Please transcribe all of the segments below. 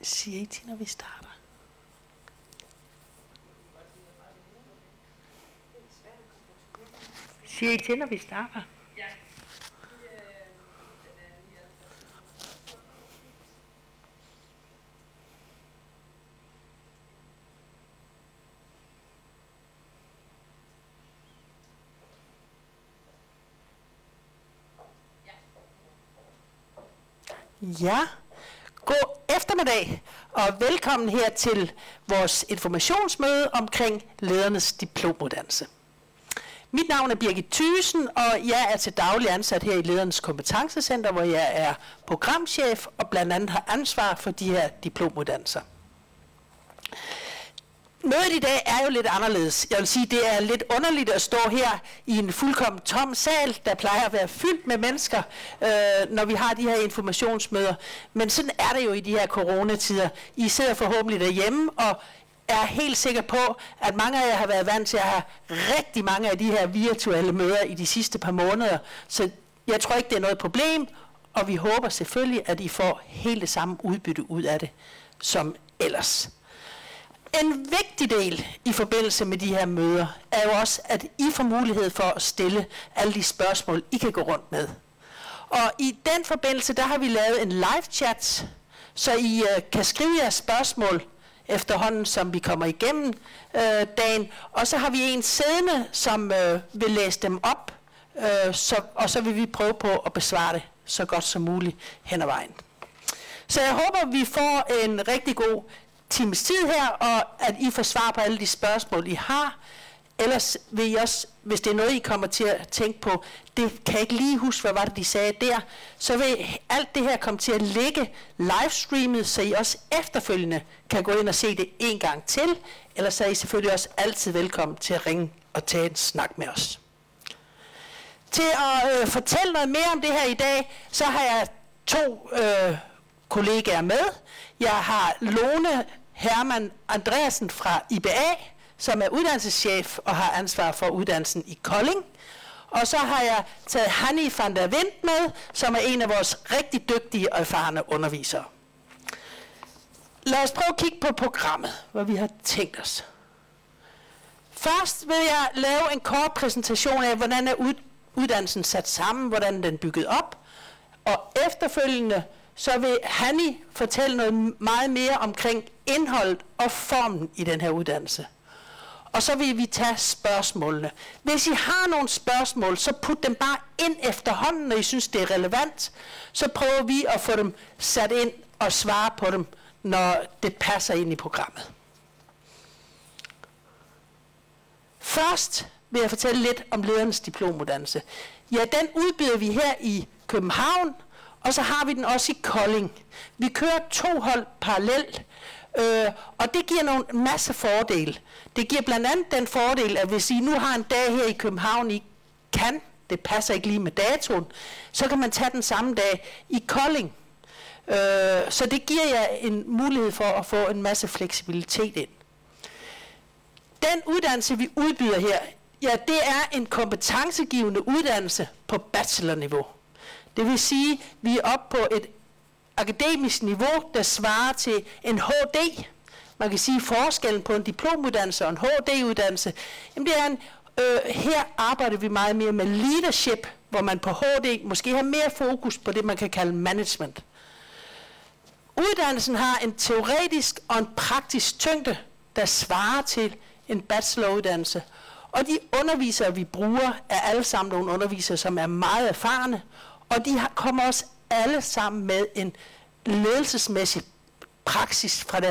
Siger I til, når vi starter? Siger I til, når vi starter? Ja, god eftermiddag og velkommen her til vores informationsmøde omkring ledernes diplomuddannelse. Mit navn er Birgit Thyssen, og jeg er til daglig ansat her i Ledernes Kompetencecenter, hvor jeg er programchef og blandt andet har ansvar for de her diplomuddannelser. Mødet i dag er jo lidt anderledes. Jeg vil sige, det er lidt underligt at stå her i en fuldkommen tom sal, der plejer at være fyldt med mennesker, når vi har de her informationsmøder. Men sådan er det jo i de her coronatider. I sidder forhåbentlig derhjemme og er helt sikker på, at mange af jer har været vant til at have rigtig mange af de her virtuelle møder i de sidste par måneder. Så jeg tror ikke, det er noget problem, og vi håber selvfølgelig, at I får helt det samme udbytte ud af det som ellers. En vigtig del i forbindelse med de her møder er jo også, at I får mulighed for at stille alle de spørgsmål, I kan gå rundt med. Og i den forbindelse, der har vi lavet en live chat, så I kan skrive jeres spørgsmål efterhånden, som vi kommer igennem dagen. Og så har vi en siddende, som vil læse dem op, og så vil vi prøve på at besvare det så godt som muligt hen ad vejen. Så jeg håber, vi får en rigtig god times tid her, og at I får svar på alle de spørgsmål, I har. Ellers vil I også, hvis det er noget, I kommer til at tænke på, det kan jeg ikke lige huske, hvad var det, de sagde der, så vil alt det her komme til at ligge livestreamet, så I også efterfølgende kan gå ind og se det en gang til, ellers så er I selvfølgelig også altid velkommen til at ringe og tage en snak med os. Til at fortælle noget mere om det her i dag, så har jeg to kollegaer med. Jeg har Lone Hermann Andreasen fra IBA, som er uddannelseschef og har ansvar for uddannelsen i Kolding. Og så har jeg taget Hanni van der Wind med, som er en af vores rigtig dygtige og erfarne undervisere. Lad os prøve at kigge på programmet, hvad vi har tænkt os. Først vil jeg lave en kort præsentation af, hvordan er uddannelsen sat sammen, hvordan den er bygget op. Og efterfølgende så vil Hanni fortælle noget meget mere omkring indholdet og formen i den her uddannelse. Og så vil vi tage spørgsmålene. Hvis I har nogle spørgsmål, så put dem bare ind efterhånden, når I synes, det er relevant. Så prøver vi at få dem sat ind og svare på dem, når det passer ind i programmet. Først vil jeg fortælle lidt om ledernes diplomuddannelse. Ja, den udbyder vi her i København, og så har vi den også i Kolding. Vi kører 2 hold parallelt, og det giver nogle masse fordele. Det giver blandt andet den fordel, at hvis I nu har en dag her i København, I kan, det passer ikke lige med datoen, så kan man tage den samme dag i Kolding. Så det giver jer en mulighed for at få en masse fleksibilitet ind. Den uddannelse, vi udbyder her, ja, det er en kompetencegivende uddannelse på bachelorniveau. Det vil sige, at vi er oppe på et akademisk niveau, der svarer til en HD. Man kan sige, forskellen på en diplomuddannelse og en HD-uddannelse, jamen det er her arbejder vi meget mere med leadership, hvor man på HD måske har mere fokus på det, man kan kalde management. Uddannelsen har en teoretisk og en praktisk tyngde, der svarer til en bacheloruddannelse. Og de undervisere, vi bruger, er alle sammen nogle undervisere, som er meget erfarne, og de kommer også alle sammen med en ledelsesmæssig praksis fra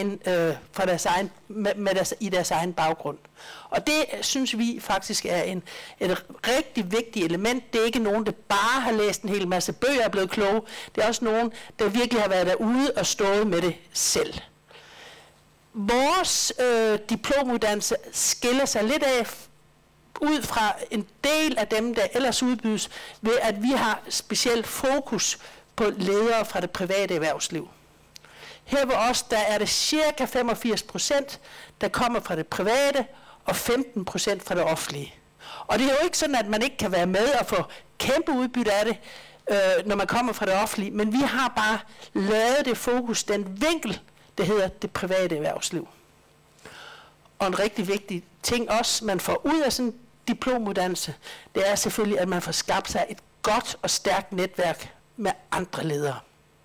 i deres egen baggrund. Og det synes vi faktisk er et rigtig vigtigt element. Det er ikke nogen, der bare har læst en hel masse bøger og er blevet kloge. Det er også nogen, der virkelig har været derude og stået med det selv. Vores diplomuddannelse skiller sig lidt af ud fra en del af dem, der ellers udbydes, ved at vi har specielt fokus på ledere fra det private erhvervsliv. Her ved os, der er det cirka 85%, der kommer fra det private, og 15% fra det offentlige. Og det er jo ikke sådan, at man ikke kan være med og få kæmpe udbytte af det, når man kommer fra det offentlige, men vi har bare lavet det fokus, den vinkel, Det hedder det private erhvervsliv. Og en rigtig vigtig ting også, man får ud af sådan en diplomuddannelse, det er selvfølgelig, at man får skabt sig et godt og stærkt netværk med andre ledere.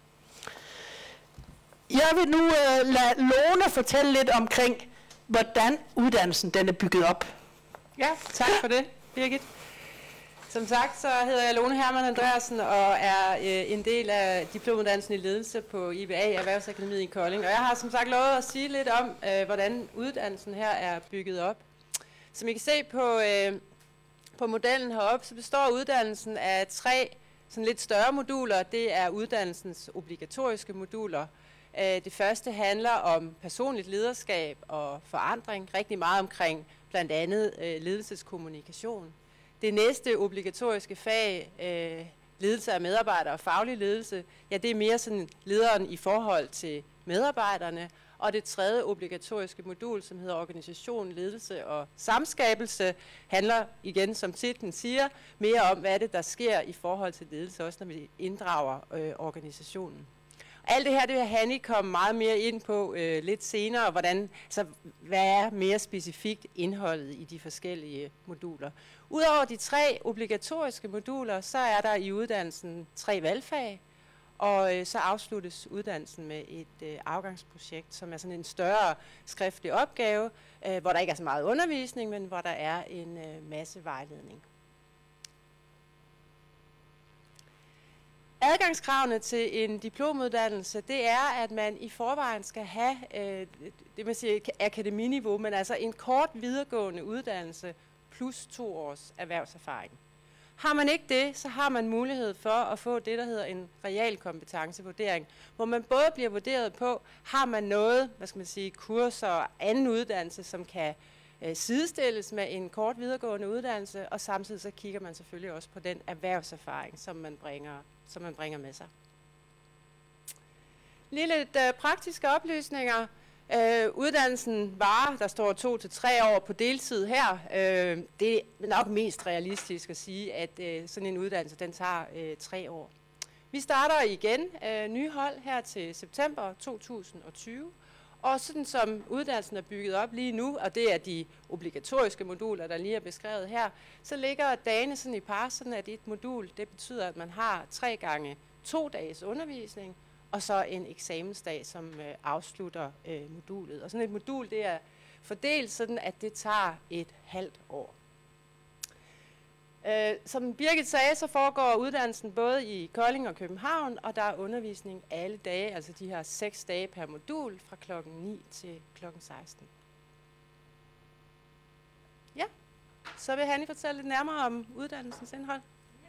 Jeg vil nu lade Lone fortælle lidt omkring, hvordan uddannelsen den er bygget op. Ja, tak for det, Birgit. Som sagt, så hedder jeg Lone Hermann Andreasen og er en del af diplomuddannelsen i ledelse på IBA, Erhvervsakademiet i Kolding. Og jeg har som sagt lovet at sige lidt om, hvordan uddannelsen her er bygget op. Som I kan se på modellen heroppe, så består uddannelsen af 3 sådan lidt større moduler. Det er uddannelsens obligatoriske moduler. Det første handler om personligt lederskab og forandring, rigtig meget omkring blandt andet ledelseskommunikation. Det næste obligatoriske fag, ledelse af medarbejdere og faglig ledelse, ja, det er mere sådan lederen i forhold til medarbejderne. Og det tredje obligatoriske modul, som hedder organisation, ledelse og samskabelse, handler igen, som titlen siger, mere om, hvad det der sker i forhold til ledelse, også når vi inddrager organisationen. Alt det her, det vil Hanni komme meget mere ind på lidt senere, hvad er mere specifikt indholdet i de forskellige moduler. Udover de 3 obligatoriske moduler, så er der i uddannelsen 3 valgfag, og så afsluttes uddannelsen med et afgangsprojekt, som er sådan en større skriftlig opgave, hvor der ikke er så meget undervisning, men hvor der er en masse vejledning. Adgangskravene til en diplomuddannelse, det er, at man i forvejen skal have, det man siger akademiniveau, men altså en kort videregående uddannelse plus 2 års erhvervserfaring. Har man ikke det, så har man mulighed for at få det, der hedder en realkompetencevurdering, hvor man både bliver vurderet på, har man noget, kurser og anden uddannelse, som kan sidestilles med en kort videregående uddannelse, og samtidig så kigger man selvfølgelig også på den erhvervserfaring, som man bringer med sig. Lige lidt praktiske oplysninger. Uddannelsen varer, der står 2 til 3 år på deltid her. Det er nok mest realistisk at sige, at sådan en uddannelse, den tager 3 år. Vi starter igen nye hold her til september 2020. Og sådan som uddannelsen er bygget op lige nu, og det er de obligatoriske moduler, der lige er beskrevet her, så ligger dagene sådan i par, sådan at et modul, det betyder, at man har 3 gange 2 dages undervisning, og så en eksamensdag, som afslutter modulet. Og sådan et modul, det er fordelt sådan, at det tager et halvt år. Som Birgit sagde, så foregår uddannelsen både i Kolding og København, og der er undervisning alle dage, altså de her 6 dage per modul, fra klokken 9 til klokken 16. Ja, så vil Hanni fortælle lidt nærmere om uddannelsens indhold.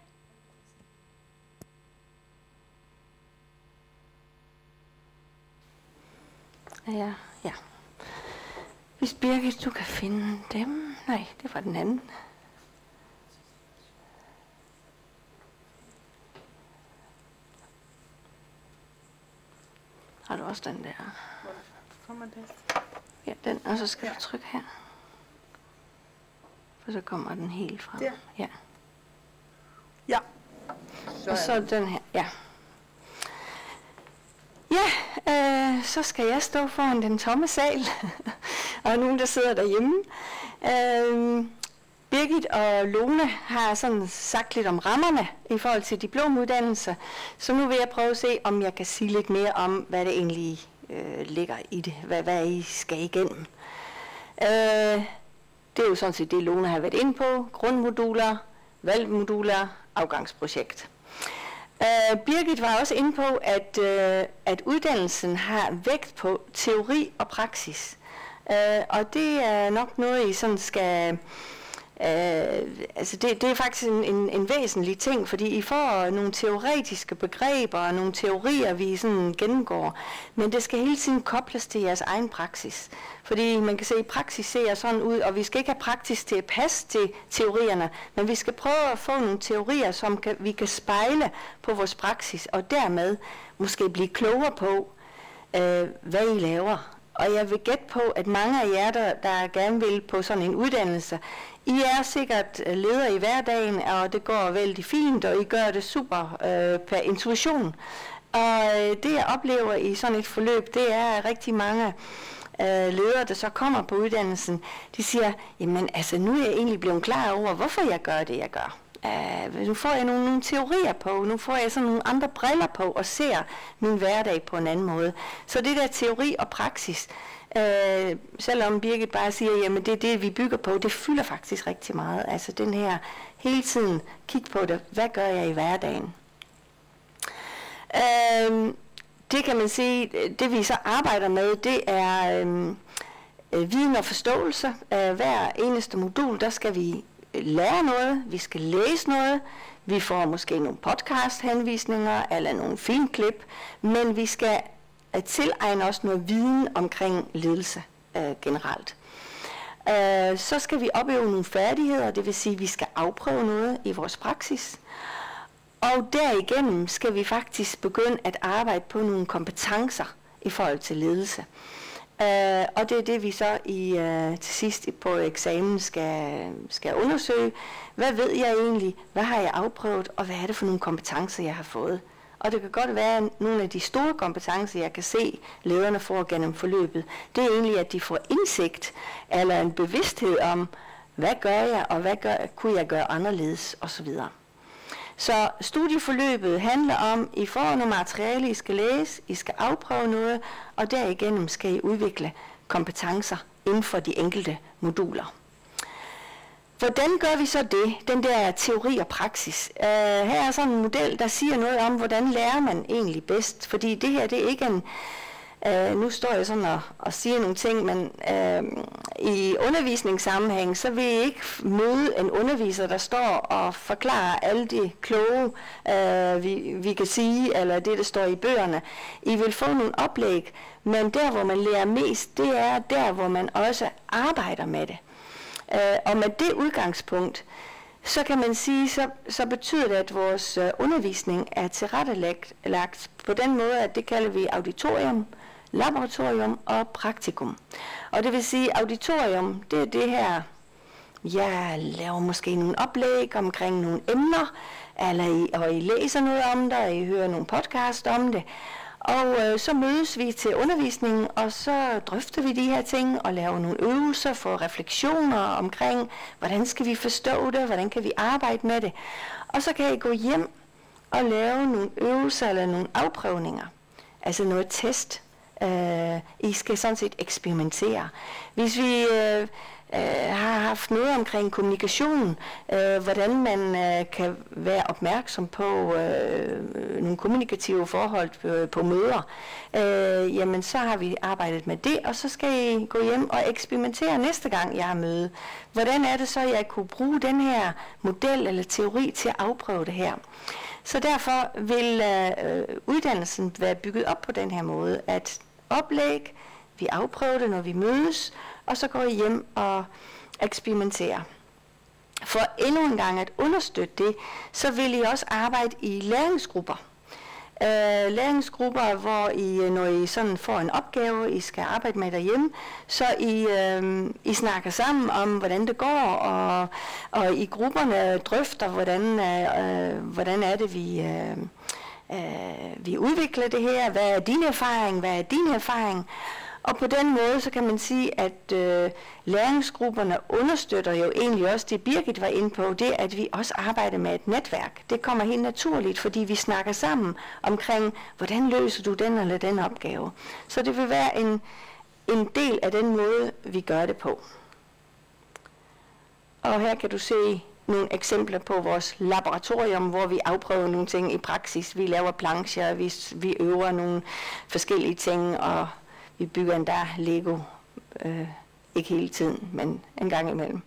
Ja. Hvis Birgit, du kan finde dem. Nej, det var den anden. Har du også den der? Kommer det? Ja, den, og så skal du trykke her. For så kommer den helt frem. Der? Ja. Ja. Og så den her, ja. Ja, så skal jeg stå foran den tomme sal, og nogen, der sidder derhjemme. Birgit og Lone har sådan sagt lidt om rammerne i forhold til diplomuddannelser, så nu vil jeg prøve at se, om jeg kan sige lidt mere om, hvad det egentlig ligger i det, hvad I skal igennem. Det er jo sådan set det, Lone har været inde på: grundmoduler, valgmoduler, afgangsprojekt. Birgit var også inde på, at uddannelsen har vægt på teori og praksis. Og det er nok noget, I sådan skal... det er faktisk en væsentlig ting, fordi I får nogle teoretiske begreber og nogle teorier, vi sådan gennemgår, men det skal hele tiden kobles til jeres egen praksis. Fordi man kan se, at praksis ser sådan ud, og vi skal ikke have praksis til at passe til teorierne, men vi skal prøve at få nogle teorier, som vi kan spejle på vores praksis, og dermed måske blive klogere på, hvad I laver. Og jeg vil gætte på, at mange af jer, der gerne vil på sådan en uddannelse, I er sikkert ledere i hverdagen, og det går vældig fint, og I gør det super per intuition. Og det jeg oplever i sådan et forløb, det er at rigtig mange ledere, der så kommer på uddannelsen, de siger, jamen altså nu er jeg egentlig blevet klar over, hvorfor jeg gør det, jeg gør. Nu får jeg nogle teorier på, nu får jeg sådan nogle andre briller på og ser min hverdag på en anden måde. Så det der teori og praksis, selvom Birgit bare siger, jamen det er det, vi bygger på, det fylder faktisk rigtig meget. Altså den her hele tiden kig på det, hvad gør jeg i hverdagen? Det kan man sige, det vi så arbejder med, det er viden og forståelse. Hver eneste modul, der skal vi lære noget, vi skal læse noget, vi får måske nogle podcast-henvisninger eller nogle filmklip, men vi skal tilegne os noget viden omkring ledelse generelt. Så skal vi opøve nogle færdigheder, det vil sige, at vi skal afprøve noget i vores praksis. Og derigennem skal vi faktisk begynde at arbejde på nogle kompetencer i forhold til ledelse. Og det er det, vi så til sidst på eksamen skal undersøge. Hvad ved jeg egentlig? Hvad har jeg afprøvet? Og hvad er det for nogle kompetencer, jeg har fået? Og det kan godt være, nogle af de store kompetencer, jeg kan se lederne får gennem forløbet, det er egentlig, at de får indsigt eller en bevidsthed om, hvad gør jeg, og kunne jeg gøre anderledes, osv. Så studieforløbet handler om, I får noget materiale, I skal læse, I skal afprøve noget, og derigennem skal I udvikle kompetencer inden for de enkelte moduler. Hvordan gør vi så det, den der teori og praksis? Her er sådan en model, der siger noget om, hvordan lærer man egentlig bedst, fordi det her, det er ikke en... nu står jeg sådan og siger nogle ting, men i undervisningssammenhæng, så vil I ikke møde en underviser, der står og forklarer alle de kloge, vi kan sige, eller det, der står i bøgerne. I vil få nogle oplæg, men der, hvor man lærer mest, det er der, hvor man også arbejder med det. Og med det udgangspunkt, så kan man sige, så betyder det, at vores undervisning er tilrettelagt på den måde, at det kalder vi auditorium, laboratorium og praktikum. Og det vil sige, auditorium, det er det her, jeg laver måske nogle oplæg omkring nogle emner, og I læser noget om det, og I hører nogle podcast om det. Og så mødes vi til undervisningen, og så drøfter vi de her ting og laver nogle øvelser for refleksioner omkring, hvordan skal vi forstå det, hvordan kan vi arbejde med det. Og så kan I gå hjem og lave nogle øvelser eller nogle afprøvninger, altså noget test. I skal sådan set eksperimentere. Hvis vi har haft noget omkring kommunikation, hvordan man kan være opmærksom på nogle kommunikative forhold på møder, jamen så har vi arbejdet med det, og så skal I gå hjem og eksperimentere næste gang, jeg har møde. Hvordan er det så, jeg kunne bruge den her model eller teori til at afprøve det her? Så derfor vil uddannelsen være bygget op på den her måde, at oplæg, vi afprøver det, når vi mødes, og så går I hjem og eksperimenterer. For endnu en gang at understøtte det, så vil I også arbejde i læringsgrupper. Læringsgrupper, hvor I, når I sådan får en opgave, I skal arbejde med derhjemme, så I snakker sammen om, hvordan det går, og i grupperne drøfter, hvordan er det, vi udvikler det her, hvad er din erfaring, og på den måde, så kan man sige, at læringsgrupperne understøtter jo egentlig også det, Birgit var inde på, det at vi også arbejder med et netværk. Det kommer helt naturligt, fordi vi snakker sammen omkring, hvordan løser du den eller den opgave. Så det vil være en del af den måde, vi gør det på. Og her kan du se nogle eksempler på vores laboratorium, hvor vi afprøver nogle ting i praksis. Vi laver plancher, vi øver nogle forskellige ting, og vi bygger endda Lego. Ikke hele tiden, men en gang imellem.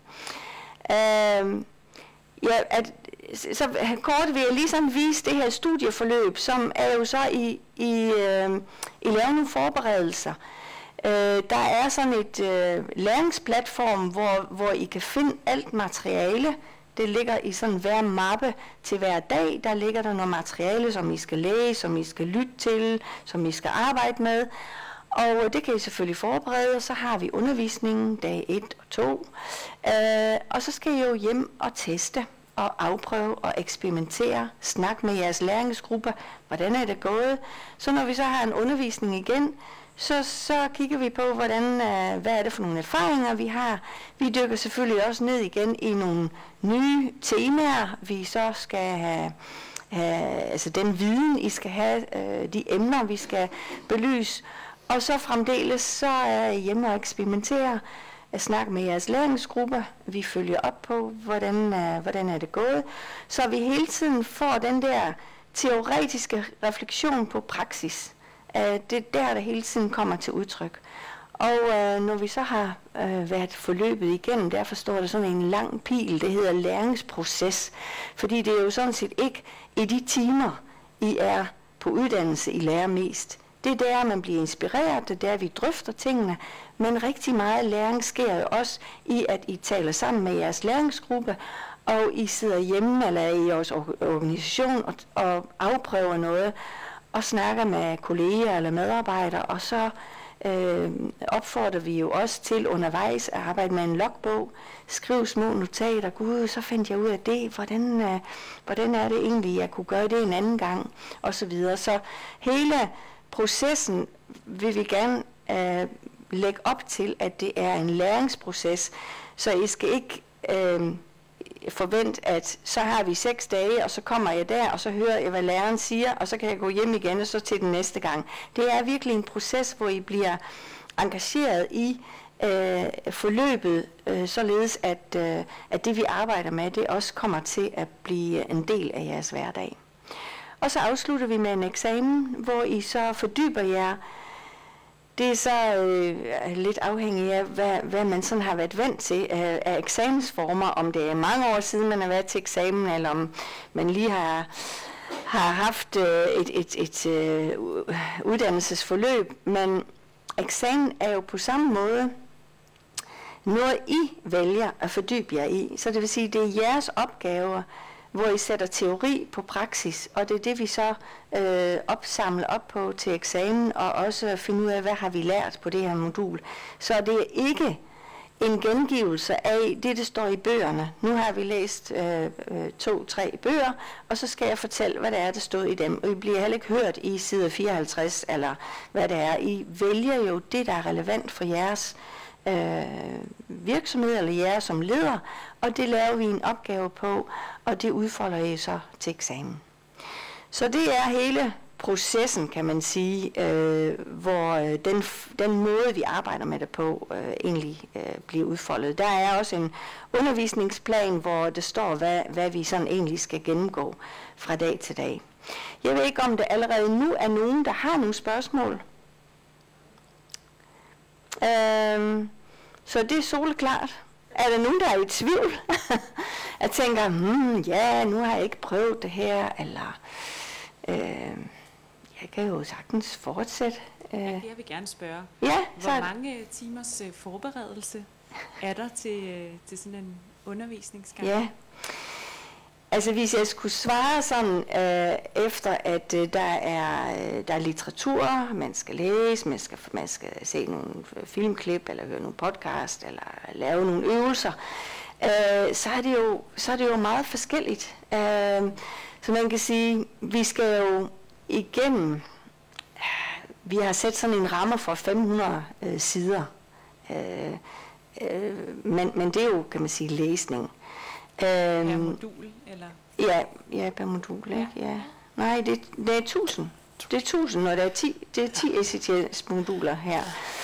Så kort vil jeg ligesom vise det her studieforløb, som er jo så I laver nogle forberedelser. Der er sådan et læringsplatform, hvor I kan finde alt materiale. Det ligger i sådan hver mappe til hver dag. Der ligger der noget materiale, som I skal læse, som I skal lytte til, som I skal arbejde med. Og det kan I selvfølgelig forberede, og så har vi undervisningen dag 1 og 2. Og så skal I jo hjem og teste. at afprøve og eksperimentere, snak med jeres læringsgrupper, hvordan er det gået. Så når vi så har en undervisning igen, så kigger vi på, hvad er det for nogle erfaringer, vi har. Vi dykker selvfølgelig også ned igen i nogle nye temaer, vi så skal have altså den viden, I skal have, de emner, vi skal belyse. Og så fremdeles, så er I hjemme og eksperimentere, at snakke med jeres læringsgrupper. Vi følger op på, hvordan er det gået. Så vi hele tiden får den der teoretiske refleksion på praksis. Det er der hele tiden kommer til udtryk. Og når vi så har været forløbet igennem, derfor står der sådan en lang pil, det hedder læringsproces. Fordi det er jo sådan set ikke i de timer, I er på uddannelse, I lærer mest. Det er der, man bliver inspireret, det er der, vi drøfter tingene, men rigtig meget læring sker jo også i, at I taler sammen med jeres læringsgruppe, og I sidder hjemme eller i jeres organisation og afprøver noget, og snakker med kolleger eller medarbejdere, og så opfordrer vi jo også til undervejs at arbejde med en logbog, skrive små notater, gud, så fandt jeg ud af det, hvordan er det egentlig, jeg kunne gøre det en anden gang, og så videre. Så hele processen vil vi gerne lægge op til, at det er en læringsproces, så I skal ikke forvente, at så har vi 6 dage, og så kommer jeg der, og så hører jeg, hvad læreren siger, og så kan jeg gå hjem igen, og så til den næste gang. Det er virkelig en proces, hvor I bliver engageret i forløbet, således at det, vi arbejder med, det også kommer til at blive en del af jeres hverdag. Og så afslutter vi med en eksamen, hvor I så fordyber jer. Det er så lidt afhængigt af, hvad man sådan har været vant til af eksamensformer, om det er mange år siden, man har været til eksamen, eller om man lige har haft et uddannelsesforløb. Men eksamen er jo på samme måde noget, I vælger at fordybe jer i. Så det vil sige, det er jeres opgaver, hvor I sætter teori på praksis, og det er det, vi så samler op på til eksamen, og også finde ud af, hvad har vi lært på det her modul. Så det er ikke en gengivelse af det står i bøgerne. Nu har vi læst 2-3 bøger, og så skal jeg fortælle, hvad det er, der stod i dem. Og I bliver heller ikke hørt i side 54, eller hvad det er. I vælger jo det, der er relevant for jeres virksomhed eller jer som leder, og det laver vi en opgave på, og det udfolder I så til eksamen. Så det er hele processen, kan man sige, hvor den måde, vi arbejder med det på, egentlig bliver udfoldet. Der er også en undervisningsplan, hvor det står, hvad vi sådan egentlig skal gennemgå fra dag til dag. Jeg ved ikke, om det allerede nu er nogen, der har nogle spørgsmål. Så det er soleklart. Er der nogen, der er i tvivl? Jeg tænker, nu har jeg ikke prøvet det her, eller jeg kan jo sagtens fortsætte. Jeg vil gerne spørge, hvor mange timers forberedelse er der til sådan en undervisningsgang? Ja. Altså hvis jeg skulle svare sådan, efter at der er litteratur, man skal læse, man skal se nogle filmklip, eller høre nogle podcast, eller lave nogle øvelser, så er det jo meget forskelligt. Så man kan sige, vi skal jo igennem, vi har sat sådan en ramme for 500 sider, men det er jo, kan man sige, læsning. Per modul, eller? Ja, per modul, ikke? Ja. Nej, det er 1000. Det er 1000, og det er 10 ECTS-moduler her.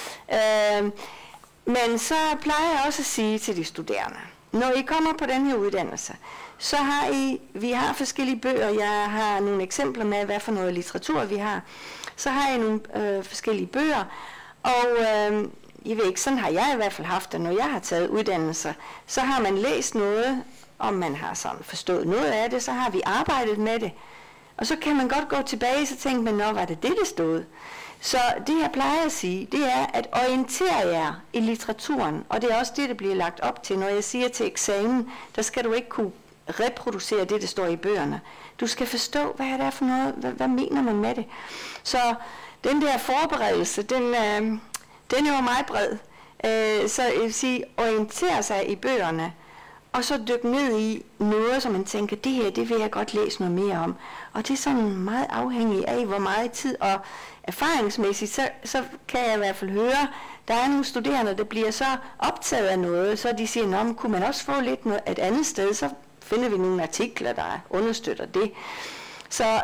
Men så plejer jeg også at sige til de studerende, når I kommer på den her uddannelse, så har vi har forskellige bøger. Jeg har nogle eksempler med, hvad for noget litteratur vi har. Så har jeg nogle forskellige bøger, og jeg ved ikke, sådan har jeg i hvert fald haft det, når jeg har taget uddannelser. Så har man læst noget, og man har sådan forstået noget af det, så har vi arbejdet med det. Og så kan man godt gå tilbage, så tænker man, nå, var det det, der stod? Så det, jeg plejer at sige, det er at orientere jer i litteraturen, og det er også det, der bliver lagt op til. Når jeg siger til eksamen, der skal du ikke kunne reproducere det, der står i bøgerne. Du skal forstå, hvad er det for noget, hvad mener man med det? Så den der forberedelse, den er jo meget bred. Så jeg vil sige, orientere sig i bøgerne, og så dykke ned i noget, som man tænker, det her, det vil jeg godt læse noget mere om. Og det er sådan meget afhængigt af, hvor meget tid, og erfaringsmæssigt, så kan jeg i hvert fald høre, der er nogle studerende, der bliver så optaget af noget, så de siger, nå, kunne man også få lidt noget et andet sted, så finder vi nogle artikler, der understøtter det. Så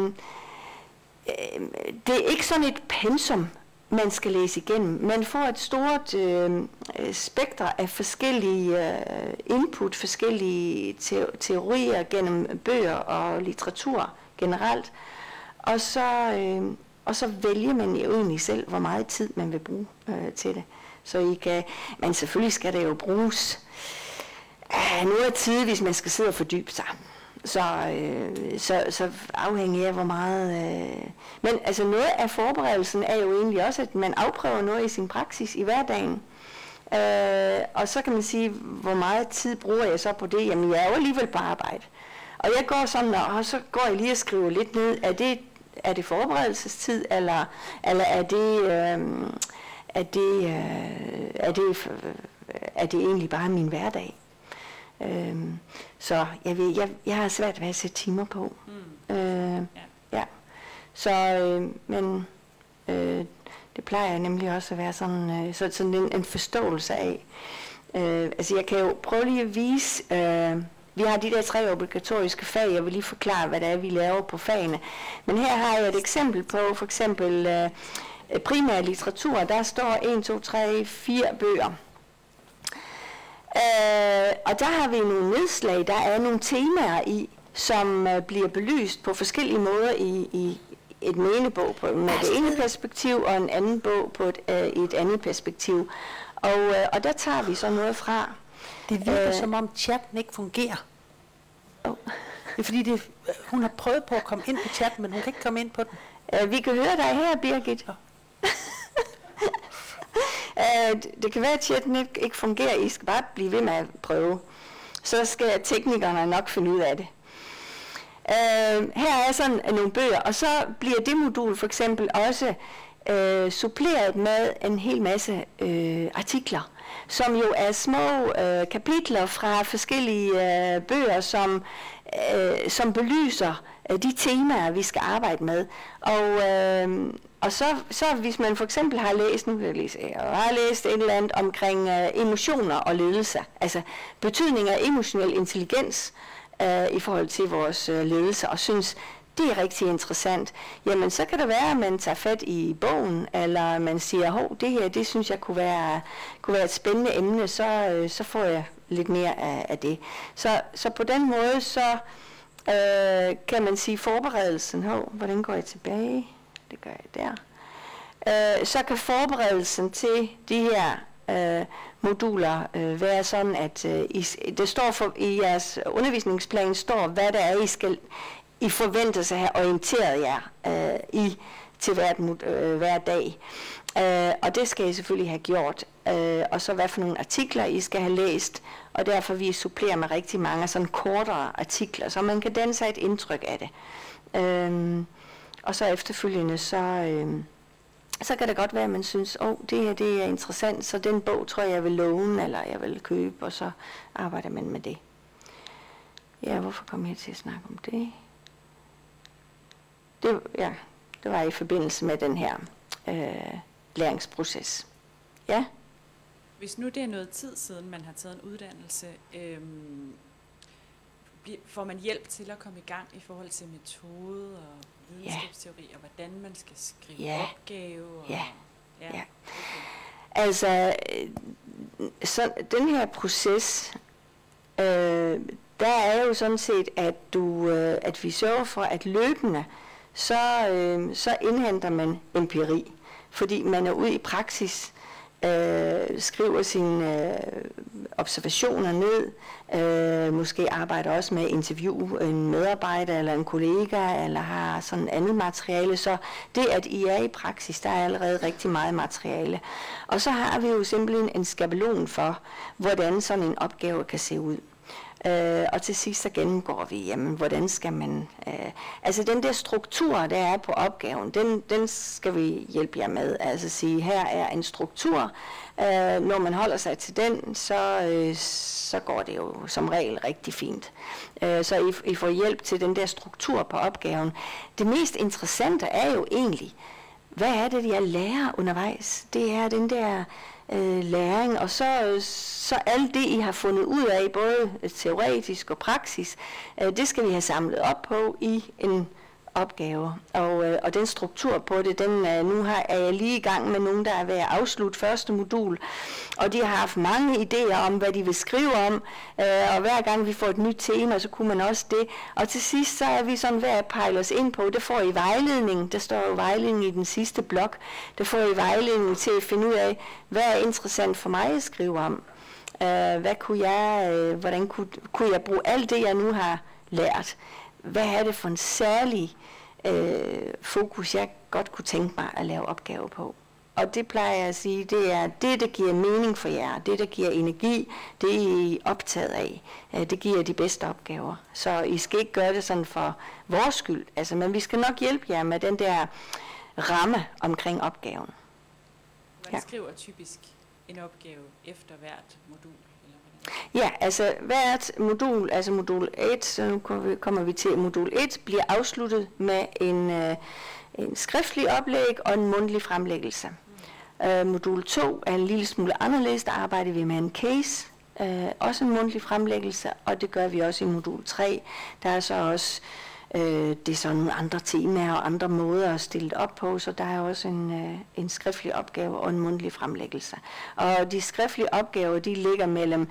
det er ikke sådan et pensum, man skal læse igennem. Man får et stort spektre af forskellige input, forskellige teorier gennem bøger og litteratur generelt. Og så vælger man jo egentlig selv, hvor meget tid man vil bruge til det. Så men selvfølgelig skal det jo bruges noget af tid, hvis man skal sidde og fordybe sig. Så afhængig af hvor meget. Men altså noget af forberedelsen er jo egentlig også, at man afprøver noget i sin praksis i hverdagen. Og så kan man sige, hvor meget tid bruger jeg så på det? Jamen jeg er jo alligevel på arbejde. Og jeg går sådan, og så går jeg lige og skriver lidt ned. Er det forberedelsestid, eller er det egentlig bare min hverdag? Så jeg har svært ved at sætte timer på. Ja. Så, men det plejer jeg nemlig også at være sådan en forståelse af. Altså jeg kan jo prøve lige at vise, vi har de der 3 obligatoriske fag, jeg vil lige forklare, hvad det er, vi laver på fagene. Men her har jeg et eksempel på, for eksempel primær litteratur, der står 1, 2, 3, 4 bøger. Og der har vi nogle nedslag, der er nogle temaer i, som bliver belyst på forskellige måder i et ene bog med det ene perspektiv, og en anden bog på et andet perspektiv. Og der tager vi så noget fra. Det virker som om chatten ikke fungerer. Det er fordi, hun har prøvet på at komme ind på chatten, men hun kan ikke komme ind på den. Vi kan høre dig her, Birgit. Det kan være, at chatten ikke fungerer. I skal bare blive ved med at prøve. Så skal teknikerne nok finde ud af det. Her er sådan nogle bøger, og så bliver det modul for eksempel også suppleret med en hel masse artikler, som jo er små kapitler fra forskellige bøger, som belyser de temaer, vi skal arbejde med. Og så hvis man for eksempel har læst, et eller andet omkring emotioner og ledelse, altså betydning af emotionel intelligens i forhold til vores ledelse, og synes, det er rigtig interessant, jamen så kan det være, at man tager fat i bogen, eller man siger, det her, det synes jeg kunne være et spændende emne, så får jeg lidt mere af det. Så på den måde, så kan man sige forberedelsen, hvordan går jeg tilbage? Det gør jeg der. Så kan forberedelsen til de her moduler være sådan, at det står i jeres undervisningsplan, står, hvad der er, I forventer at have orienteret jer til hver dag. Og det skal I selvfølgelig have gjort. Og så hvad for nogle artikler I skal have læst, og derfor vi supplerer med rigtig mange sådan kortere artikler, så man kan danne sig et indtryk af det. Og så efterfølgende, så kan det godt være, at man synes, det her det er interessant, så den bog tror jeg vil låne, eller jeg vil købe, og så arbejder man med det. Ja, hvorfor kom jeg til at snakke om det? Det var i forbindelse med den her læringsproces. Ja? Hvis nu det er noget tid siden, man har taget en uddannelse, får man hjælp til at komme i gang i forhold til metode og videnskabsteori, og hvordan man skal skrive opgave? Ja. Okay. Altså, så den her proces, der er jo sådan set, at vi sørger for, at løbende, så indhenter man empiri, fordi man er ude i praksis, skriver sine observationer ned, måske arbejder også med at interviewe en medarbejder eller en kollega, eller har sådan andet materiale. Så det, at I er i praksis, der er allerede rigtig meget materiale. Og så har vi jo simpelthen en skabelon for, hvordan sådan en opgave kan se ud. Og til sidst så gennemgår vi, jamen, hvordan skal man... altså den der struktur, der er på opgaven, den skal vi hjælpe jer med. Altså sige, her er en struktur. Når man holder sig til den, så går det jo som regel rigtig fint. Så I får hjælp til den der struktur på opgaven. Det mest interessante er jo egentlig, hvad er det, jeg lærer undervejs? Det er den der læring, og så alt det, I har fundet ud af, både teoretisk og praksis, det skal vi have samlet op på i en opgave. Og den struktur på det, nu er jeg lige i gang med nogen, der er ved at afslutte første modul, og de har haft mange idéer om, hvad de vil skrive om, og hver gang vi får et nyt tema, så kunne man også det. Og til sidst, så er vi sådan ved at pejle os ind på, det får I vejledning, der står jo vejledning i den sidste blok, det får I vejledning til at finde ud af, hvad er interessant for mig at skrive om. Hvordan kunne jeg bruge alt det, jeg nu har lært? Hvad er det for en særlig fokus, jeg godt kunne tænke mig at lave opgave på? Og det plejer jeg at sige, det er det, der giver mening for jer, det, der giver energi, det er I optaget af. Det giver de bedste opgaver. Så I skal ikke gøre det sådan for vores skyld, altså, men vi skal nok hjælpe jer med den der ramme omkring opgaven. Hvordan skriver typisk en opgave efter hvert modul? Ja, altså hvert modul, altså modul 1, så nu kommer vi til modul 1, bliver afsluttet med en skriftlig oplæg og en mundtlig fremlæggelse. Modul 2 er en lille smule anderledes, der arbejder vi med en case, også en mundtlig fremlæggelse, og det gør vi også i modul 3. Der er så også det er så nogle andre temaer og andre måder at stille det op på, så der er også en skriftlig opgave og en mundtlig fremlæggelse. Og de skriftlige opgaver, de ligger mellem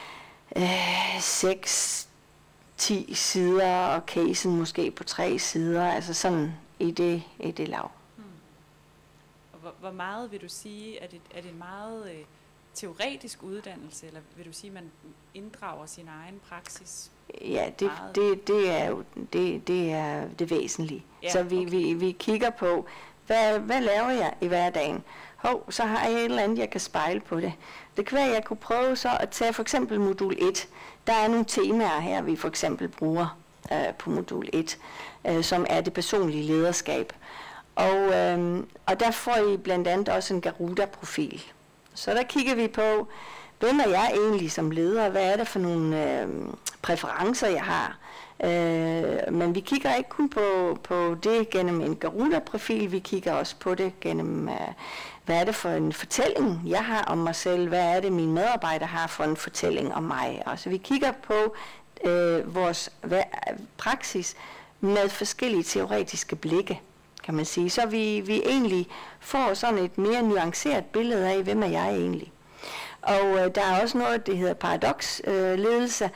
6-10 sider, og casen måske på 3 sider, altså sådan i det lav. Og hvor meget vil du sige, er det en meget teoretisk uddannelse, eller vil du sige, at man inddrager sin egen praksis? Ja, det er jo det er det væsentlige. Ja, så vi kigger på, hvad laver jeg i hverdagen? Så har jeg et eller andet, jeg kan spejle på det. Det kan være, at jeg kunne prøve så at tage for eksempel modul 1. Der er nogle temaer her, vi for eksempel bruger på modul 1, som er det personlige lederskab. Og der får I blandt andet også en Garuda-profil. Så der kigger vi på, hvem er jeg egentlig som leder? Hvad er det for nogle præferencer, jeg har? Men vi kigger ikke kun på det gennem en Garuda-profil, vi kigger også på det gennem, hvad er det for en fortælling, jeg har om mig selv? Hvad er det, mine medarbejdere har for en fortælling om mig? Altså vi kigger på vores praksis med forskellige teoretiske blikke, kan man sige. Så vi egentlig får sådan et mere nuanceret billede af, hvem er jeg egentlig? Og der er også noget, det hedder paradoksledelse.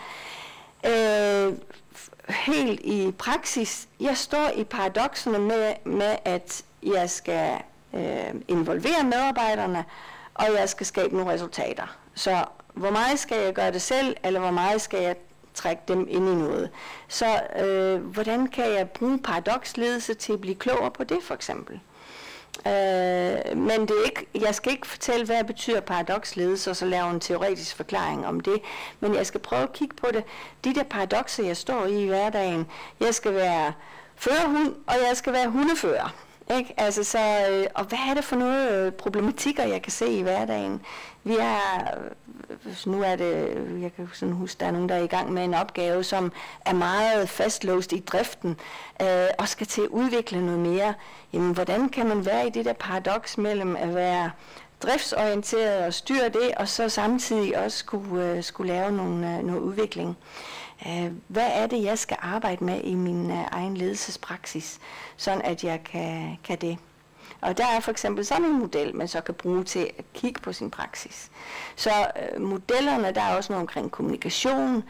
Helt i praksis, jeg står i paradokserne med at jeg skal involvere medarbejderne, og jeg skal skabe nogle resultater. Så hvor meget skal jeg gøre det selv, eller hvor meget skal jeg trække dem ind i noget? Så hvordan kan jeg bruge paradoksledelse til at blive klogere på det, for eksempel? Men det er ikke, jeg skal ikke fortælle, hvad betyder paradoksledelse, og så lave en teoretisk forklaring om det, men jeg skal prøve at kigge på det. De der paradokser, jeg står i hverdagen, jeg skal være førerhund, og jeg skal være hundefører. Ikke? Altså, og hvad er det for nogle problematikker, jeg kan se i hverdagen? Vi er, nu er det, jeg kan sådan huske, der er nogen, der er i gang med en opgave, som er meget fastlåst i driften, og skal til at udvikle noget mere. Jamen, hvordan kan man være i det der paradoks mellem at være driftsorienteret og styre det, og så samtidig også skulle lave noget udvikling? Hvad er det, jeg skal arbejde med i min egen ledelsespraksis, sådan at jeg kan det? Og der er for eksempel sådan en model, man så kan bruge til at kigge på sin praksis. Så modellerne, der er også noget omkring kommunikation,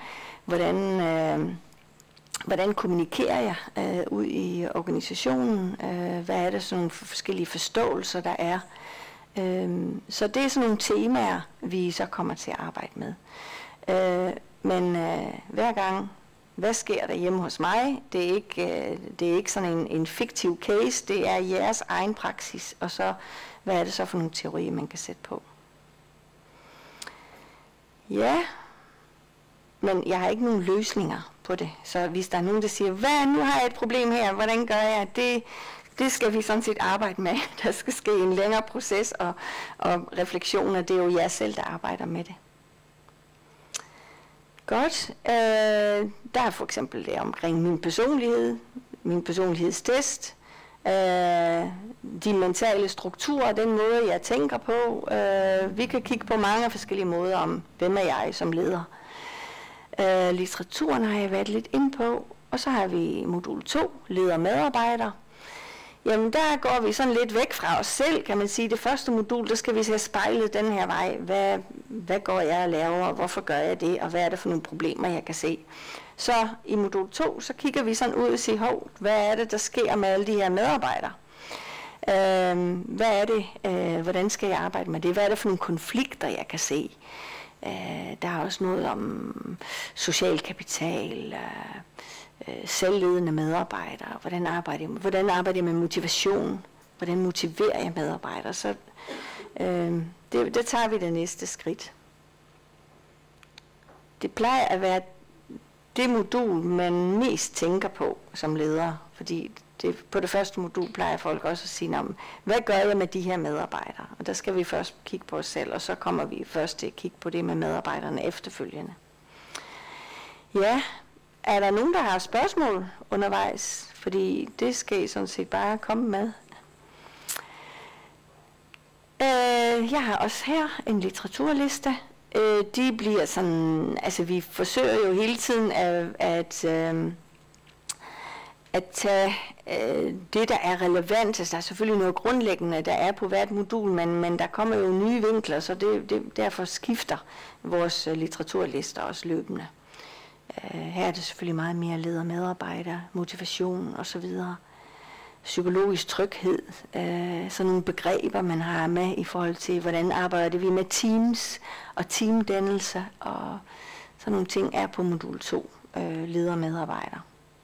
hvordan kommunikerer jeg ud i organisationen, hvad er det sådan nogle forskellige forståelser, der er. Så det er sådan nogle temaer, vi så kommer til at arbejde med. Men hver gang, hvad sker der hjemme hos mig? Det er ikke sådan en fiktiv case, det er jeres egen praksis, og så, hvad er det så for nogle teorier, man kan sætte på? Ja, Men jeg har ikke nogen løsninger på det. Så hvis der er nogen, der siger, nu har jeg et problem her, hvordan gør jeg det? Det skal vi sådan set arbejde med. Der skal ske en længere proces og refleksion, og det er jo jer selv, der arbejder med det. Godt. Der er for eksempel det omkring min personlighed, min personlighedstest, de mentale strukturer, den måde, jeg tænker på. Vi kan kigge på mange forskellige måder om, hvem er jeg som leder. Litteraturen har jeg været lidt inde på, og så har vi modul 2, leder og medarbejder. Jamen der går vi sådan lidt væk fra os selv, kan man sige. Det første modul, der skal vi se spejlet den her vej. Hvad går jeg og laver, hvorfor gør jeg det, og hvad er det for nogle problemer, jeg kan se. Så i modul 2, så kigger vi sådan ud og siger, hvad er det, der sker med alle de her medarbejdere? Hvad er det, hvordan skal jeg arbejde med det? Hvad er det for nogle konflikter, jeg kan se? Der er også noget om social kapital, selvledende medarbejdere, hvordan arbejder jeg med motivation, hvordan motiverer jeg medarbejdere, så det tager vi det næste skridt. Det plejer at være det modul, man mest tænker på som leder, fordi på det første modul plejer folk også at sige, hvad gør jeg med de her medarbejdere? Og der skal vi først kigge på os selv, og så kommer vi først til at kigge på det med medarbejderne efterfølgende. Ja, er der nogen, der har spørgsmål undervejs? Fordi det skal I sådan set bare komme med. Jeg har også her en litteraturliste. De bliver sådan, altså vi forsøger jo hele tiden at tage det, der er relevant. Altså, der er selvfølgelig noget grundlæggende, der er på hvert modul, men der kommer jo nye vinkler, så derfor skifter vores litteraturlister også løbende. Her er det selvfølgelig meget mere leder, medarbejder, motivation osv. Psykologisk tryghed, sådan nogle begreber, man har med i forhold til, hvordan arbejder vi med teams og teamdannelse, og sådan nogle ting er på modul 2, leder og medarbejder.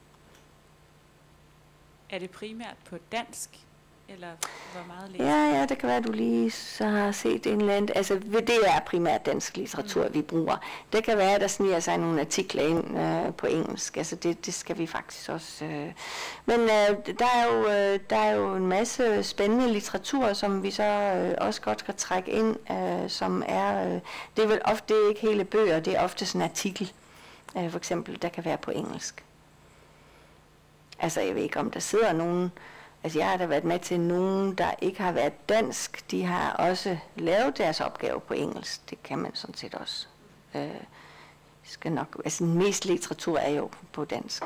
Er det primært på dansk, eller hvor meget læser? Ja, det kan være, at du lige så har set en eller anden. Altså, det er primært dansk litteratur, vi bruger. Det kan være, at der sniger sig nogle artikler ind på engelsk. Altså, det skal vi faktisk også. Men der er jo en masse spændende litteratur, som vi så også godt kan trække ind, som er. Det er vel ofte ikke hele bøger, det er ofte sådan en artikel, for eksempel, der kan være på engelsk. Altså, jeg ved ikke, om der sidder nogen. Altså, jeg har da været med til nogen, der ikke har været dansk. De har også lavet deres opgave på engelsk. Det kan man sådan set også. Skal nok, altså, den mest litteratur er jo på dansk.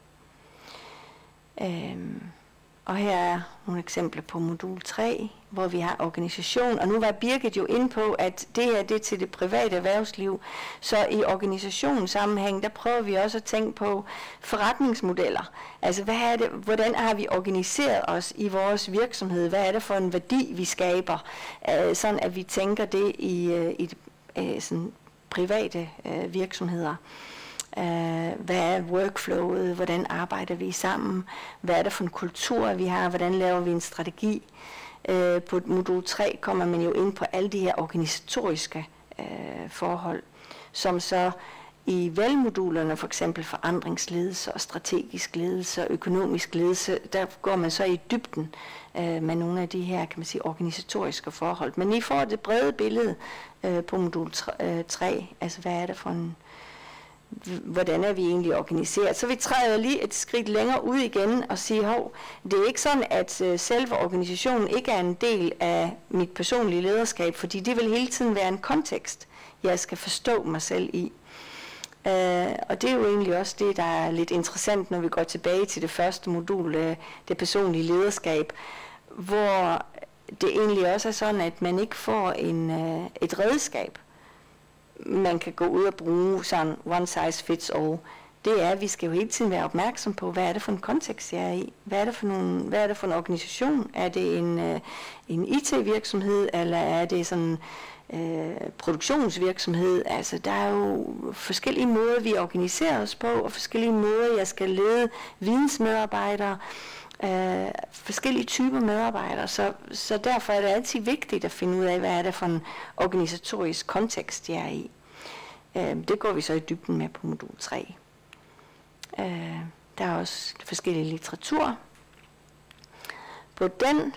Og her er nogle eksempler på modul 3, hvor vi har organisation. Og nu var Birgit jo inde på, at det her det er til det private erhvervsliv. Så i organisationssammenhæng, der prøver vi også at tænke på forretningsmodeller. Altså, hvordan har vi organiseret os i vores virksomhed? Hvad er det for en værdi, vi skaber? Sådan at vi tænker det i sådan private virksomheder. Hvad er workflowet, hvordan arbejder vi sammen, hvad er det for en kultur vi har, hvordan laver vi en strategi. På modul 3 kommer man jo ind på alle de her organisatoriske forhold, som så i valgmodulerne, for eksempel forandringsledelse og strategisk ledelse og økonomisk ledelse, der går man så i dybden med nogle af de her, kan man sige, organisatoriske forhold. Men I får det brede billede på modul 3, altså hvad er det for en, hvordan er vi egentlig organiseret. Så vi træder lige et skridt længere ud igen og siger, det er ikke sådan, at selve organisationen ikke er en del af mit personlige lederskab, fordi det vil hele tiden være en kontekst, jeg skal forstå mig selv i. Og det er jo egentlig også det, der er lidt interessant, når vi går tilbage til det første modul, det personlige lederskab, hvor det egentlig også er sådan, at man ikke får et redskab, man kan gå ud og bruge sådan one size fits all. Det er, at vi skal jo hele tiden være opmærksom på, hvad er det for en kontekst, jeg er i? Hvad er det for en organisation? Er det en IT-virksomhed, eller er det sådan produktionsvirksomhed? Altså, der er jo forskellige måder, vi organiserer os på, og forskellige måder, jeg skal lede vidensmedarbejdere, forskellige typer medarbejdere, så derfor er det altid vigtigt at finde ud af, hvad er det for en organisatorisk kontekst, jeg er i. Det går vi så i dybden med på modul 3. Der er også forskellige litteratur på den.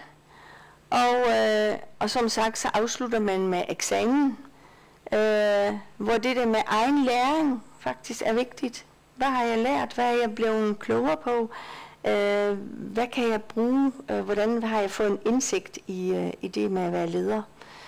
Og som sagt, så afslutter man med eksamen, hvor det der med egen læring faktisk er vigtigt. Hvad har jeg lært? Hvad er jeg blevet klogere på? Hvad kan jeg bruge? Hvordan har jeg fået en indsigt i det med at være leder?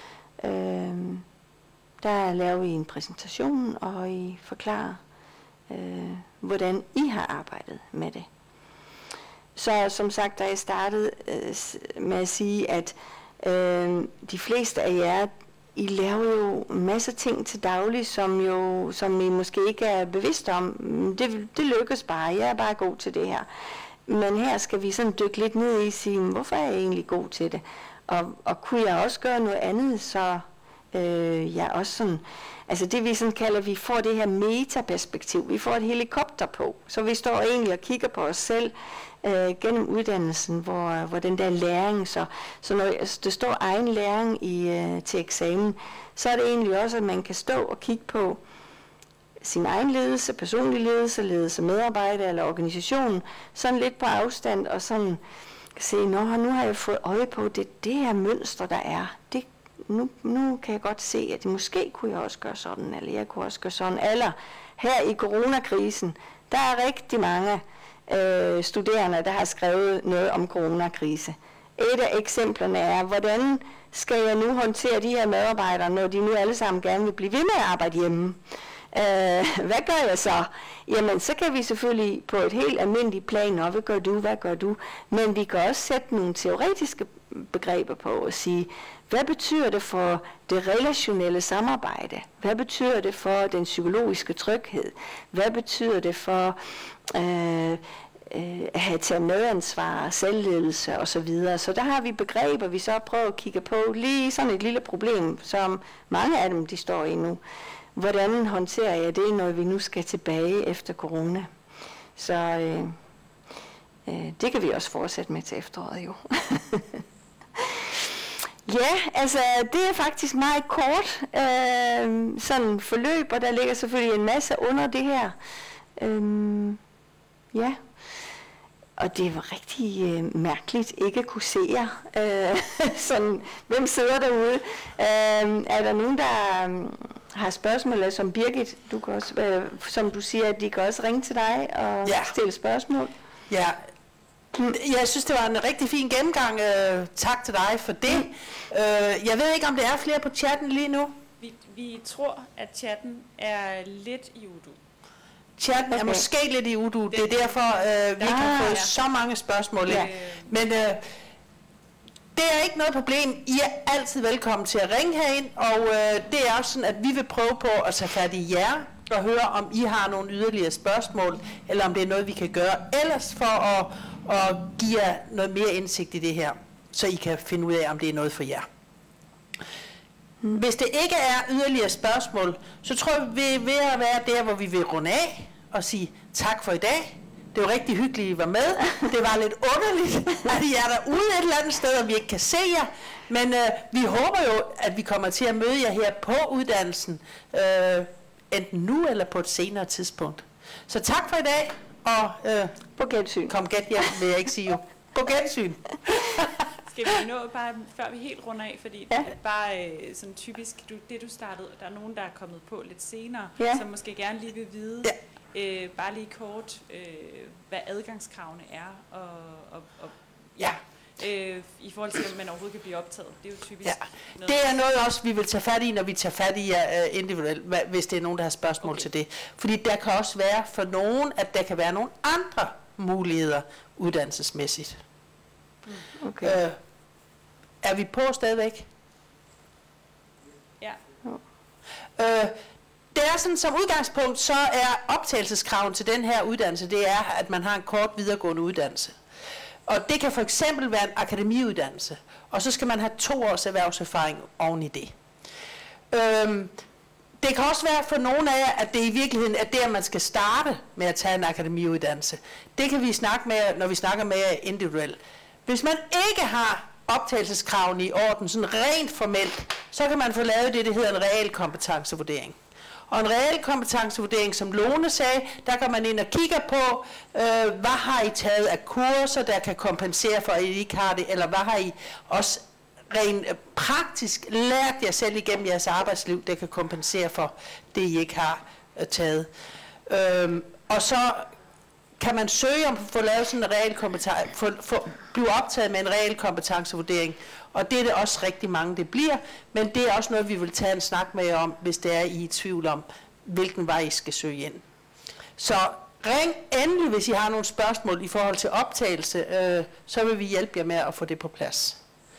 Der laver vi en præsentation, og I forklarer, hvordan I har arbejdet med det. Så som sagt, da jeg startede med at sige, at de fleste af jer, I laver jo masser af ting til daglig, som I måske ikke er bevidst om. Det lykkes bare, jeg er bare god til det her. Men her skal vi sådan dykke lidt ned i og sige, hvorfor er jeg egentlig god til det? Og kunne jeg også gøre noget andet, så jeg også sådan, altså det vi sådan kalder, vi får det her metaperspektiv, vi får et helikopter på, så vi står egentlig og kigger på os selv gennem uddannelsen, hvor den der læring, så når det står egen læring til eksamen, så er det egentlig også, at man kan stå og kigge på sin egen ledelse, personlig ledelse medarbejder eller organisation, sådan lidt på afstand, og sådan se, nu har jeg fået øje på det her mønster, der er. Nu kan jeg godt se, at måske kunne jeg også gøre sådan, eller jeg kunne også gøre sådan. Eller her i coronakrisen, der er rigtig mange studerende, der har skrevet noget om coronakrise. Et af eksemplerne er, hvordan skal jeg nu håndtere de her medarbejdere, når de nu alle sammen gerne vil blive ved med at arbejde hjemme? Hvad gør jeg så? Jamen, så kan vi selvfølgelig på et helt almindeligt plan, hvad gør du? Men vi kan også sætte nogle teoretiske begreber på og sige, hvad betyder det for det relationelle samarbejde? Hvad betyder det for den psykologiske tryghed? Hvad betyder det for at have taget medansvar, selvledelse osv.? Så der har vi begreber, vi så prøver at kigge på, lige sådan et lille problem, som mange af dem de står i nu. Hvordan håndterer jeg det, når vi nu skal tilbage efter corona? Så det kan vi også fortsætte med til efteråret jo. Ja, altså det er faktisk meget kort sådan forløb, og der ligger selvfølgelig en masse under det her. Ja, og det var rigtig mærkeligt ikke at kunne se jer. Sådan, hvem sidder derude? Er der nogen, der har spørgsmål, som Birgit, du kan også, som du siger, at de kan også ringe til dig og stille spørgsmål? Ja, jeg synes, det var en rigtig fin gennemgang. Tak til dig for det. Jeg ved ikke, om der er flere på chatten lige nu. Vi tror, at chatten er lidt i udu. Chatten er måske lidt i udu. Det er derfor, vi ikke har fået så mange spørgsmål. Ja. Men det er ikke noget problem. I er altid velkommen til at ringe herind, og det er også sådan, at vi vil prøve på at tage fat i jer og høre, om I har nogle yderligere spørgsmål, eller om det er noget, vi kan gøre ellers for at give jer noget mere indsigt i det her, så I kan finde ud af, om det er noget for jer. Hvis det ikke er yderligere spørgsmål, så tror jeg, vi er ved at være der, hvor vi vil runde af og sige tak for i dag. Det var rigtig hyggeligt, at I var med. Det var lidt underligt, at I er derude et eller andet sted, og vi ikke kan se jer. Men vi håber jo, at vi kommer til at møde jer her på uddannelsen, enten nu eller på et senere tidspunkt. Så tak for i dag, og på gensyn. Kom gæt hjem, vil jeg ikke sige jo. På gensyn. Skal vi nå bare, før vi helt runder af, fordi bare sådan typisk, det du startede, der er nogen, der er kommet på lidt senere, som måske gerne lige vil vide, bare lige kort, hvad adgangskravene er, i forhold til, at man overhovedet kan blive optaget. Det er jo typisk noget. Det er noget også, vi vil tage fat i, når vi tager fat i jer individuelt, hvis det er nogen, der har spørgsmål til det. Fordi der kan også være for nogen, at der kan være nogle andre muligheder uddannelsesmæssigt. Okay. Er vi på stadigvæk? Ja. Det er sådan, som udgangspunkt, så er optagelseskraven til den her uddannelse, det er, at man har en kort videregående uddannelse. Og det kan for eksempel være en akademiuddannelse, og så skal man have 2 års erhvervserfaring oven i det. Det kan også være for nogle af jer, at det i virkeligheden er der, man skal starte med at tage en akademiuddannelse. Det kan vi snakke med, når vi snakker med jer individuelt. Hvis man ikke har optagelseskraven i orden, sådan rent formelt, så kan man få lavet det, der hedder en realkompetencevurdering. Og en realkompetencevurdering, som Lone sagde, der går man ind og kigger på, hvad har I taget af kurser, der kan kompensere for, at I ikke har det, eller hvad har I også rent praktisk lært jer selv igennem jeres arbejdsliv, der kan kompensere for det, I ikke har taget. Og så kan man søge om at få lavet sådan en blive optaget med en realkompetencevurdering, og det er det også rigtig mange, det bliver, men det er også noget, vi vil tage en snak med jer om, hvis det er, I er i tvivl om, hvilken vej I skal søge ind. Så ring endelig, hvis I har nogle spørgsmål i forhold til optagelse, så vil vi hjælpe jer med at få det på plads.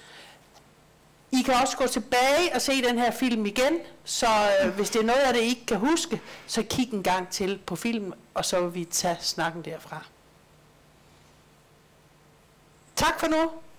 I kan også gå tilbage og se den her film igen, så hvis det er noget af det, I ikke kan huske, så kig en gang til på filmen, og så vil vi tage snakken derfra. Tak for nu.